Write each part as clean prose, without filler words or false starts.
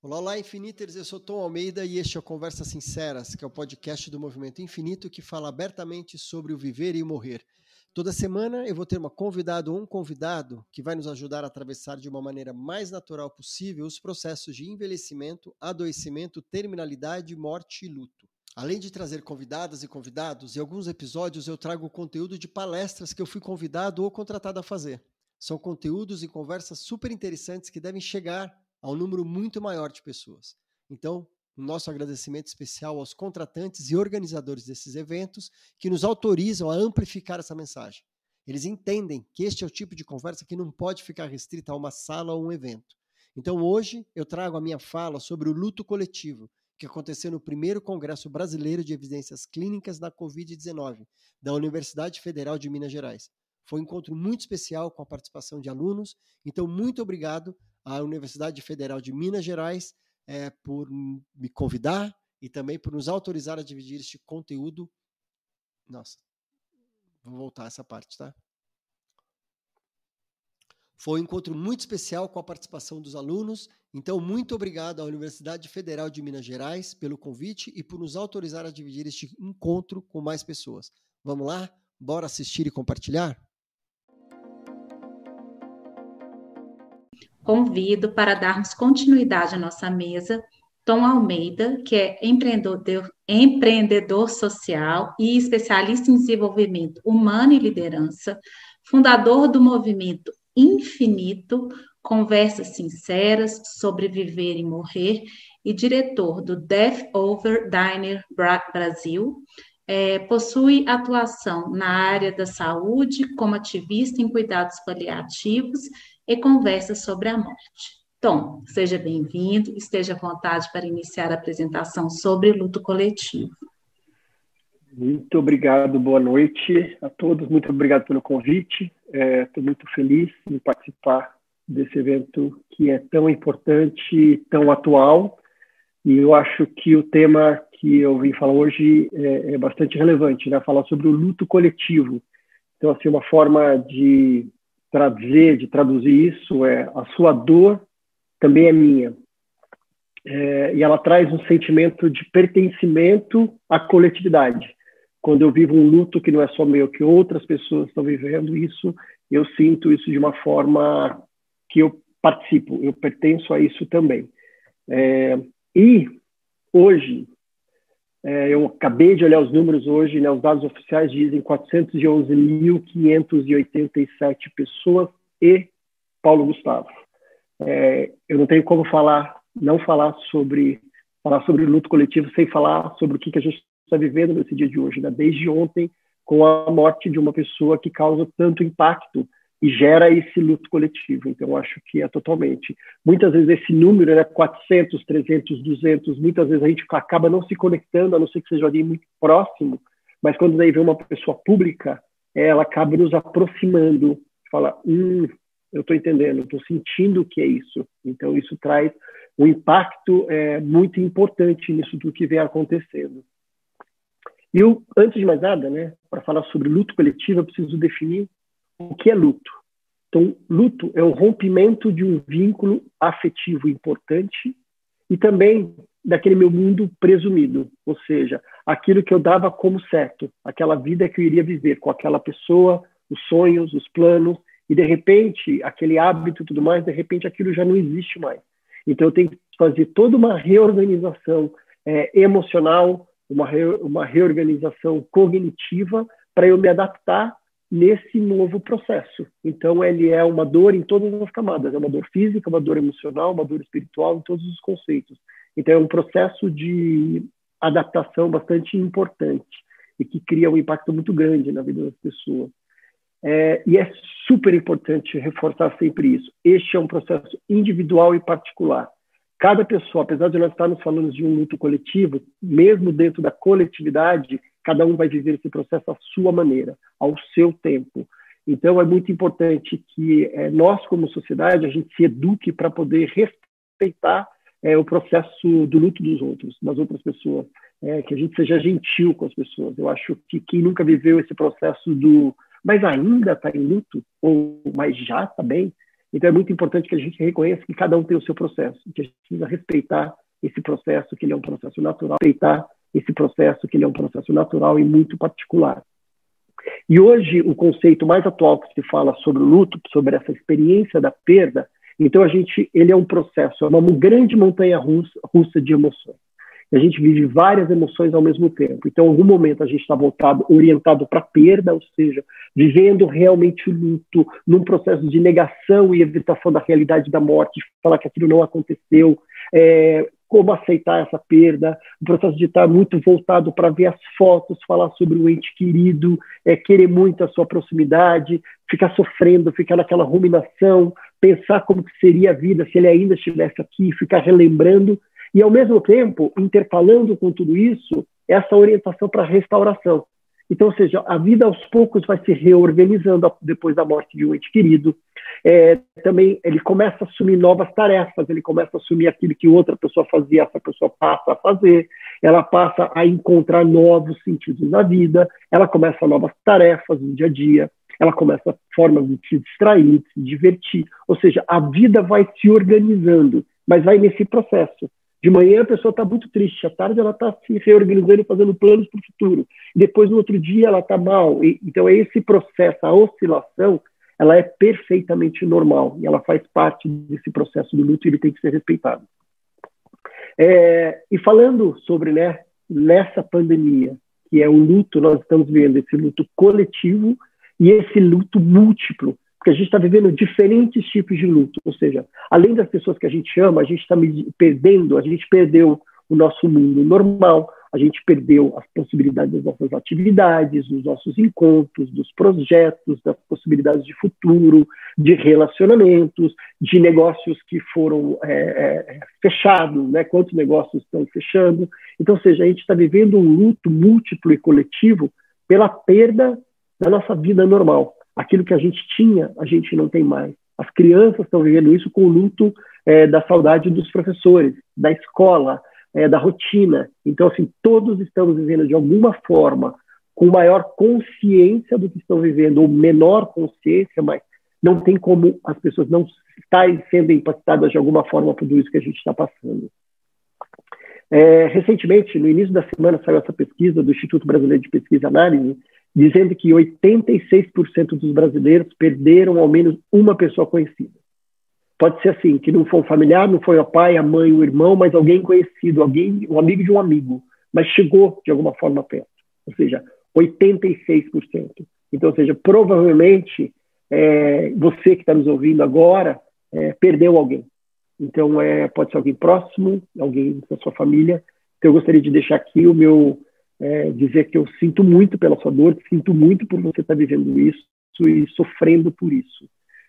Olá, olá, Infiniters, eu sou Tom Almeida e este é o Conversas Sinceras, que é o podcast do Movimento Infinito que fala abertamente sobre o viver e o morrer. Toda semana eu vou ter uma convidada ou um convidado que vai nos ajudar a atravessar de uma maneira mais natural possível os processos de envelhecimento, adoecimento, terminalidade, morte e luto. Além de trazer convidadas e convidados, em alguns episódios eu trago conteúdo de palestras que eu fui convidado ou contratado a fazer. São conteúdos e conversas super interessantes que devem chegar a um número muito maior de pessoas. Então, o nosso agradecimento especial aos contratantes e organizadores desses eventos que nos autorizam a amplificar essa mensagem. Eles entendem que este é o tipo de conversa que não pode ficar restrita a uma sala ou um evento. Então, hoje, eu trago a minha fala sobre o luto coletivo, que aconteceu no primeiro Congresso Brasileiro de Evidências Clínicas da Covid-19, da Universidade Federal de Minas Gerais. Foi um encontro muito especial com a participação de alunos, então muito obrigado à Universidade Federal de Minas Gerais por me convidar e também por nos autorizar a dividir este conteúdo. Nossa, vou voltar essa parte, tá? Foi um encontro muito especial com a participação dos alunos, então muito obrigado à Universidade Federal de Minas Gerais pelo convite e por nos autorizar a dividir este encontro com mais pessoas. Vamos lá? Bora assistir e compartilhar? Convido para darmos continuidade à nossa mesa Tom Almeida, que é empreendedor social e especialista em desenvolvimento humano e liderança, fundador do movimento Infinito, Conversas Sinceras sobre Viver e Morrer, e diretor do Death Over Diner Brasil. Possui atuação na área da saúde como ativista em cuidados paliativos e conversa sobre a morte. Tom, seja bem-vindo, esteja à vontade para iniciar a apresentação sobre luto coletivo. Muito obrigado, boa noite a todos, muito obrigado pelo convite. Estou muito feliz em participar desse evento que é tão importante, tão atual, e eu acho que o tema que eu vim falar hoje é bastante relevante, né? Falar sobre o luto coletivo. Então, assim, uma forma de traduzir isso a sua dor também é minha. E ela traz um sentimento de pertencimento à coletividade. Quando eu vivo um luto que não é só meu, que outras pessoas estão vivendo isso, eu sinto isso de uma forma que eu participo, eu pertenço a isso também. E hoje, eu acabei de olhar os números hoje, né, os dados oficiais dizem 411.587 pessoas e Paulo Gustavo. Eu não tenho como não falar sobre luto coletivo sem falar sobre o que a gente está vivendo nesse dia de hoje, né? Desde ontem, com a morte de uma pessoa que causa tanto impacto e gera esse luto coletivo. Então, acho que é totalmente. Muitas vezes esse número, né, 400, 300, 200, muitas vezes a gente acaba não se conectando, a não ser que seja alguém muito próximo, mas quando daí vê uma pessoa pública, ela acaba nos aproximando, fala, eu estou entendendo, estou sentindo o que é isso. Então, isso traz um impacto muito importante nisso tudo que vem acontecendo. E eu, antes de mais nada, né, para falar sobre luto coletivo, eu preciso definir o que é luto. Então, luto é o rompimento de um vínculo afetivo importante e também daquele meu mundo presumido, ou seja, aquilo que eu dava como certo, aquela vida que eu iria viver com aquela pessoa, os sonhos, os planos, e de repente, aquele hábito e tudo mais, de repente aquilo já não existe mais. Então, eu tenho que fazer toda uma reorganização emocional, uma reorganização cognitiva para eu me adaptar nesse novo processo. Então, ele é uma dor em todas as camadas. É uma dor física, uma dor emocional, uma dor espiritual, em todos os conceitos. Então, é um processo de adaptação bastante importante e que cria um impacto muito grande na vida das pessoas. E é super importante reforçar sempre isso. Este é um processo individual e particular. Cada pessoa, apesar de nós estarmos falando de um luto coletivo, mesmo dentro da coletividade, cada um vai viver esse processo à sua maneira, ao seu tempo. Então, é muito importante que nós, como sociedade, a gente se eduque para poder respeitar o processo do luto dos outros, das outras pessoas, que a gente seja gentil com as pessoas. Eu acho que quem nunca viveu esse processo mas ainda está em luto, ou mas já está bem, Então é muito importante que a gente reconheça que cada um tem o seu processo, que a gente precisa respeitar esse processo, que ele é um processo natural, respeitar esse processo, que ele é um processo natural e muito particular. E hoje, o conceito mais atual que se fala sobre o luto, sobre essa experiência da perda, então ele é um processo, é uma grande montanha russa de emoções. A gente vive várias emoções ao mesmo tempo. Então, em algum momento, a gente está orientado para a perda, ou seja, vivendo realmente o luto, num processo de negação e evitação da realidade da morte, de falar que aquilo não aconteceu, como aceitar essa perda, o processo de estar muito voltado para ver as fotos, falar sobre o ente querido, querer muito a sua proximidade, ficar sofrendo, ficar naquela ruminação, pensar como que seria a vida se ele ainda estivesse aqui, ficar relembrando, e, ao mesmo tempo, intercalando com tudo isso, essa orientação para a restauração. Então, ou seja, a vida aos poucos vai se reorganizando depois da morte de um ente querido. Também ele começa a assumir novas tarefas, ele começa a assumir aquilo que outra pessoa fazia, essa pessoa passa a fazer, ela passa a encontrar novos sentidos na vida, ela começa novas tarefas no dia a dia, ela começa formas de se distrair, de se divertir. Ou seja, a vida vai se organizando, mas vai nesse processo. De manhã a pessoa está muito triste, à tarde ela está se reorganizando e fazendo planos para o futuro. E depois, no outro dia, ela está mal. Então, esse processo, a oscilação, ela é perfeitamente normal. E ela faz parte desse processo do luto e ele tem que ser respeitado. E falando sobre, nessa pandemia, que é o luto, nós estamos vendo esse luto coletivo e esse luto múltiplo. Porque a gente está vivendo diferentes tipos de luto, ou seja, além das pessoas que a gente ama, a gente está perdendo, a gente perdeu o nosso mundo normal, a gente perdeu as possibilidades das nossas atividades, dos nossos encontros, dos projetos, das possibilidades de futuro, de relacionamentos, de negócios que foram fechados, quantos negócios estão fechando. Então, ou seja, a gente está vivendo um luto múltiplo e coletivo pela perda da nossa vida normal. Aquilo que a gente tinha, a gente não tem mais. As crianças estão vivendo isso com o luto da saudade dos professores, da escola, da rotina. Então, assim, todos estamos vivendo de alguma forma com maior consciência do que estão vivendo, ou menor consciência, mas não tem como as pessoas não estarem sendo impactadas de alguma forma por tudo isso que a gente está passando. Recentemente, no início da semana, saiu essa pesquisa do Instituto Brasileiro de Pesquisa e Análise, dizendo que 86% dos brasileiros perderam ao menos uma pessoa conhecida. Pode ser assim, que não foi um familiar, não foi o pai, a mãe, o irmão, mas alguém conhecido, um amigo de um amigo, mas chegou de alguma forma perto. Ou seja, 86%. Então, ou seja, provavelmente você que está nos ouvindo agora perdeu alguém. Então, pode ser alguém próximo, alguém da sua família. Então, eu gostaria de deixar aqui o meu... dizer que eu sinto muito pela sua dor, sinto muito por você estar vivendo isso e sofrendo por isso.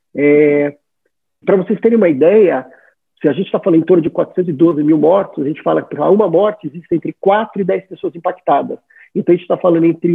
Para vocês terem uma ideia, se a gente está falando em torno de 412 mil mortos, a gente fala que para uma morte existem entre 4 e 10 pessoas impactadas. Então a gente está falando entre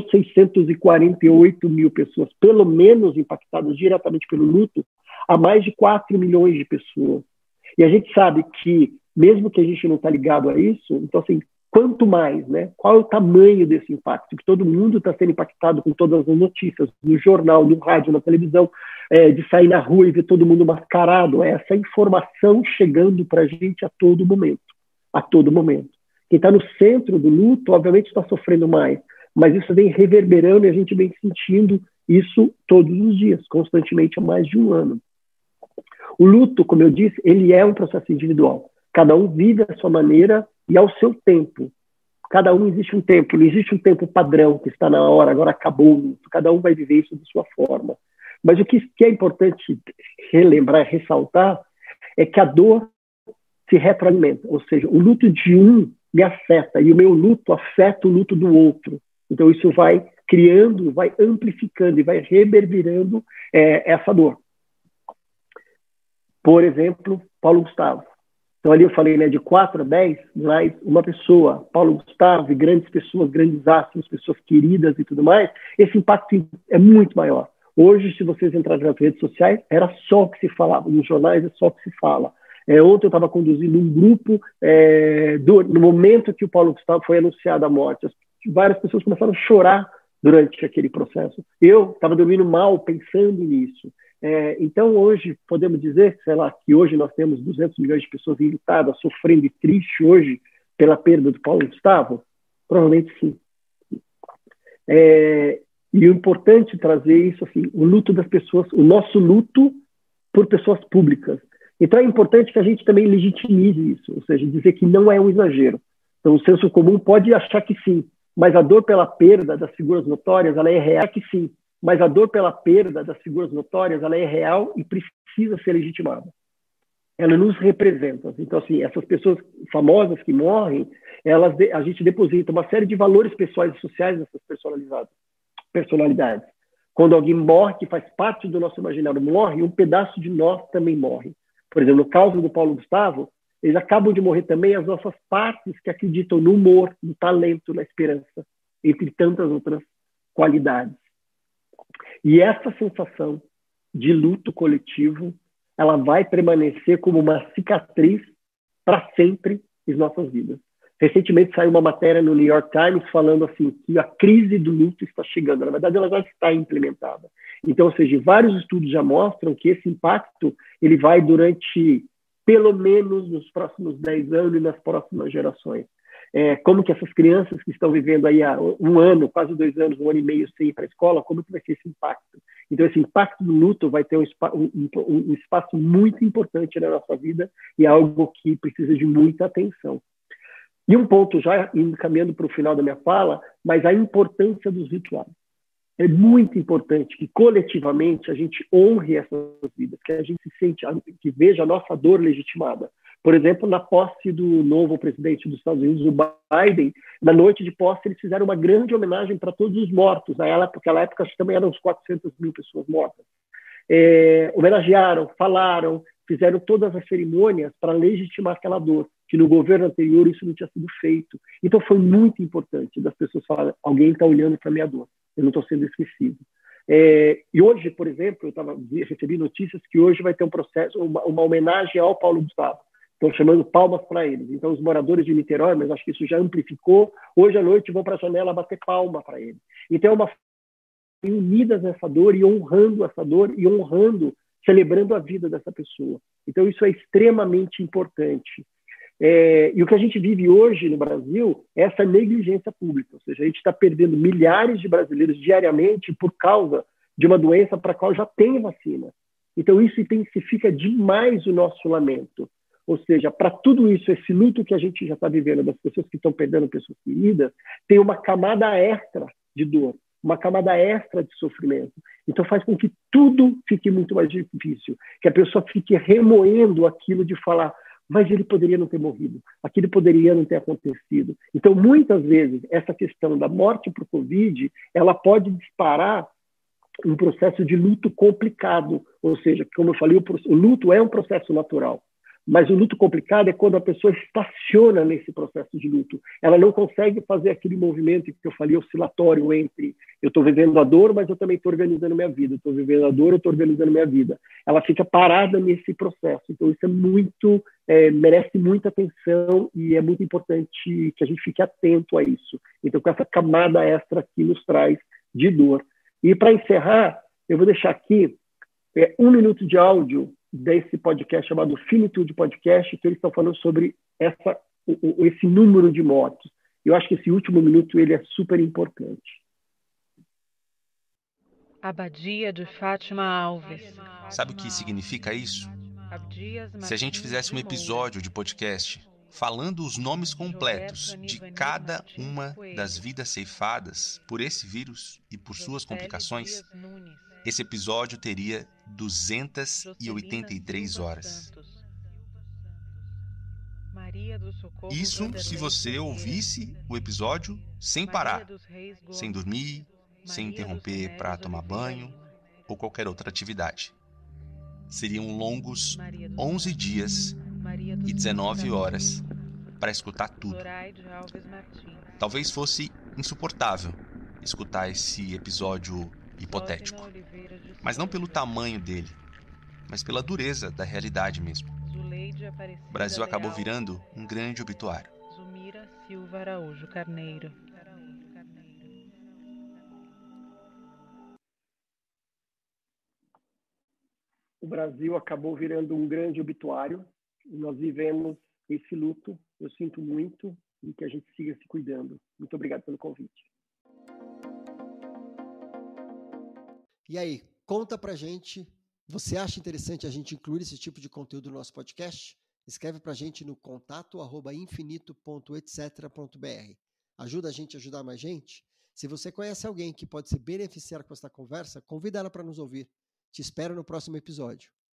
1.648.000 pessoas, pelo menos impactadas diretamente pelo luto, a mais de 4 milhões de pessoas. E a gente sabe que, mesmo que a gente não está ligado a isso, então assim, quanto mais, qual é o tamanho desse impacto? Que todo mundo está sendo impactado com todas as notícias, no jornal, no rádio, na televisão, de sair na rua e ver todo mundo mascarado. Essa informação chegando para a gente a todo momento. A todo momento. Quem está no centro do luto, obviamente, está sofrendo mais, mas isso vem reverberando e a gente vem sentindo isso todos os dias, constantemente há mais de um ano. O luto, como eu disse, ele é um processo individual. Cada um vive à sua maneira e ao seu tempo. Cada um existe um tempo, não existe um tempo padrão que está na hora, agora acabou o luto. Cada um vai viver isso de sua forma. Mas o que é importante relembrar, ressaltar, é que a dor se retroalimenta. Ou seja, o luto de um me afeta e o meu luto afeta o luto do outro. Então isso vai criando, vai amplificando e vai reverberando essa dor. Por exemplo, Paulo Gustavo. Então, ali eu falei, de 4 a 10, mas uma pessoa, Paulo Gustavo, e grandes pessoas, grandes astros, pessoas queridas e tudo mais, esse impacto é muito maior. Hoje, se vocês entrarem nas redes sociais, era só o que se falava, nos jornais é só o que se fala. Ontem eu estava conduzindo um grupo, no momento que o Paulo Gustavo foi anunciado a morte, várias pessoas começaram a chorar durante aquele processo. Eu estava dormindo mal pensando nisso. Então, hoje, podemos dizer, sei lá, que hoje nós temos 200 milhões de pessoas irritadas, sofrendo e tristes hoje pela perda do Paulo Gustavo? Provavelmente sim. E o importante trazer isso, assim, o luto das pessoas, o nosso luto por pessoas públicas. Então, é importante que a gente também legitimize isso, ou seja, dizer que não é um exagero. Então, o senso comum pode achar que sim, mas a dor pela perda das figuras notórias, ela é real que sim, mas a dor pela perda das figuras notórias, ela é real e precisa ser legitimada. Ela nos representa. Então, assim, essas pessoas famosas que morrem, a gente deposita uma série de valores pessoais e sociais nessas personalidades. Quando alguém morre, que faz parte do nosso imaginário, morre, um pedaço de nós também morre. Por exemplo, no caso do Paulo Gustavo, eles acabam de morrer também as nossas partes que acreditam no humor, no talento, na esperança, entre tantas outras qualidades. E essa sensação de luto coletivo, ela vai permanecer como uma cicatriz para sempre em nossas vidas. Recentemente saiu uma matéria no New York Times falando assim que a crise do luto está chegando. Na verdade, ela já está implementada. Então, ou seja, vários estudos já mostram que esse impacto ele vai durante pelo menos nos próximos 10 anos e nas próximas gerações. Como que essas crianças que estão vivendo aí há um ano, quase 2 anos, 1 ano e meio sem ir para a escola, como que vai ser esse impacto? Então, esse impacto do luto vai ter um espaço muito importante na nossa vida e é algo que precisa de muita atenção. E um ponto, já caminhando para o final da minha fala, mas a importância dos rituais. É muito importante que coletivamente a gente honre essas vidas, que a gente se sente, que veja a nossa dor legitimada. Por exemplo, na posse do novo presidente dos Estados Unidos, o Biden, na noite de posse eles fizeram uma grande homenagem para todos os mortos. Naquela época acho que também eram uns 400 mil pessoas mortas. Homenagearam, falaram, fizeram todas as cerimônias para legitimar aquela dor, que no governo anterior isso não tinha sido feito. Então foi muito importante das pessoas falarem, alguém está olhando para a minha dor, eu não estou sendo esquecido. E hoje, por exemplo, recebi notícias que hoje vai ter um processo, uma homenagem ao Paulo Gustavo. Estão chamando palmas para eles. Então, os moradores de Niterói, mas acho que isso já amplificou, hoje à noite vão para a janela bater palma para ele. Então, é uma unidas nessa dor e honrando essa dor e honrando, celebrando a vida dessa pessoa. Então, isso é extremamente importante. E o que a gente vive hoje no Brasil é essa negligência pública, ou seja, a gente está perdendo milhares de brasileiros diariamente por causa de uma doença para a qual já tem vacina. Então, isso intensifica demais o nosso lamento. Ou seja, para tudo isso, esse luto que a gente já está vivendo das pessoas que estão perdendo pessoas queridas, tem uma camada extra de dor, uma camada extra de sofrimento. Então faz com que tudo fique muito mais difícil, que a pessoa fique remoendo aquilo de falar, mas ele poderia não ter morrido, aquilo poderia não ter acontecido. Então, muitas vezes, essa questão da morte por Covid, ela pode disparar um processo de luto complicado. Ou seja, como eu falei, o luto é um processo natural. Mas o luto complicado é quando a pessoa estaciona nesse processo de luto. Ela não consegue fazer aquele movimento que eu falei, oscilatório entre eu estou vivendo a dor, mas eu também estou organizando minha vida. Estou vivendo a dor, eu estou organizando minha vida. Ela fica parada nesse processo. Então, isso merece muita atenção e é muito importante que a gente fique atento a isso. Então, com essa camada extra que nos traz de dor. E, para encerrar, eu vou deixar aqui 1 minuto de áudio desse podcast chamado Finitude Podcast, que eles estão falando sobre esse número de mortos. Eu acho que esse último minuto ele é super importante. Abadia de Fátima Alves. Sabe o que significa isso? Se a gente fizesse um episódio de podcast falando os nomes completos de cada uma das vidas ceifadas por esse vírus e por suas complicações, esse episódio teria 283 horas. Isso se você ouvisse o episódio sem parar, sem dormir, sem interromper para tomar banho ou qualquer outra atividade. Seriam longos 11 dias e 19 horas para escutar tudo. Talvez fosse insuportável escutar esse episódio hipotético, mas não pelo tamanho dele, mas pela dureza da realidade mesmo. O Brasil acabou virando um grande obituário. Zumira Silva Araújo Carneiro. o Brasil acabou virando um grande obituário. Nós vivemos esse luto. Eu sinto muito e que a gente siga se cuidando. Muito obrigado pelo convite. E aí, conta pra gente, você acha interessante a gente incluir esse tipo de conteúdo no nosso podcast? Escreve pra gente no contato@infinito.etc.br. Ajuda a gente a ajudar mais gente? Se você conhece alguém que pode se beneficiar com esta conversa, convida ela para nos ouvir. Te espero no próximo episódio.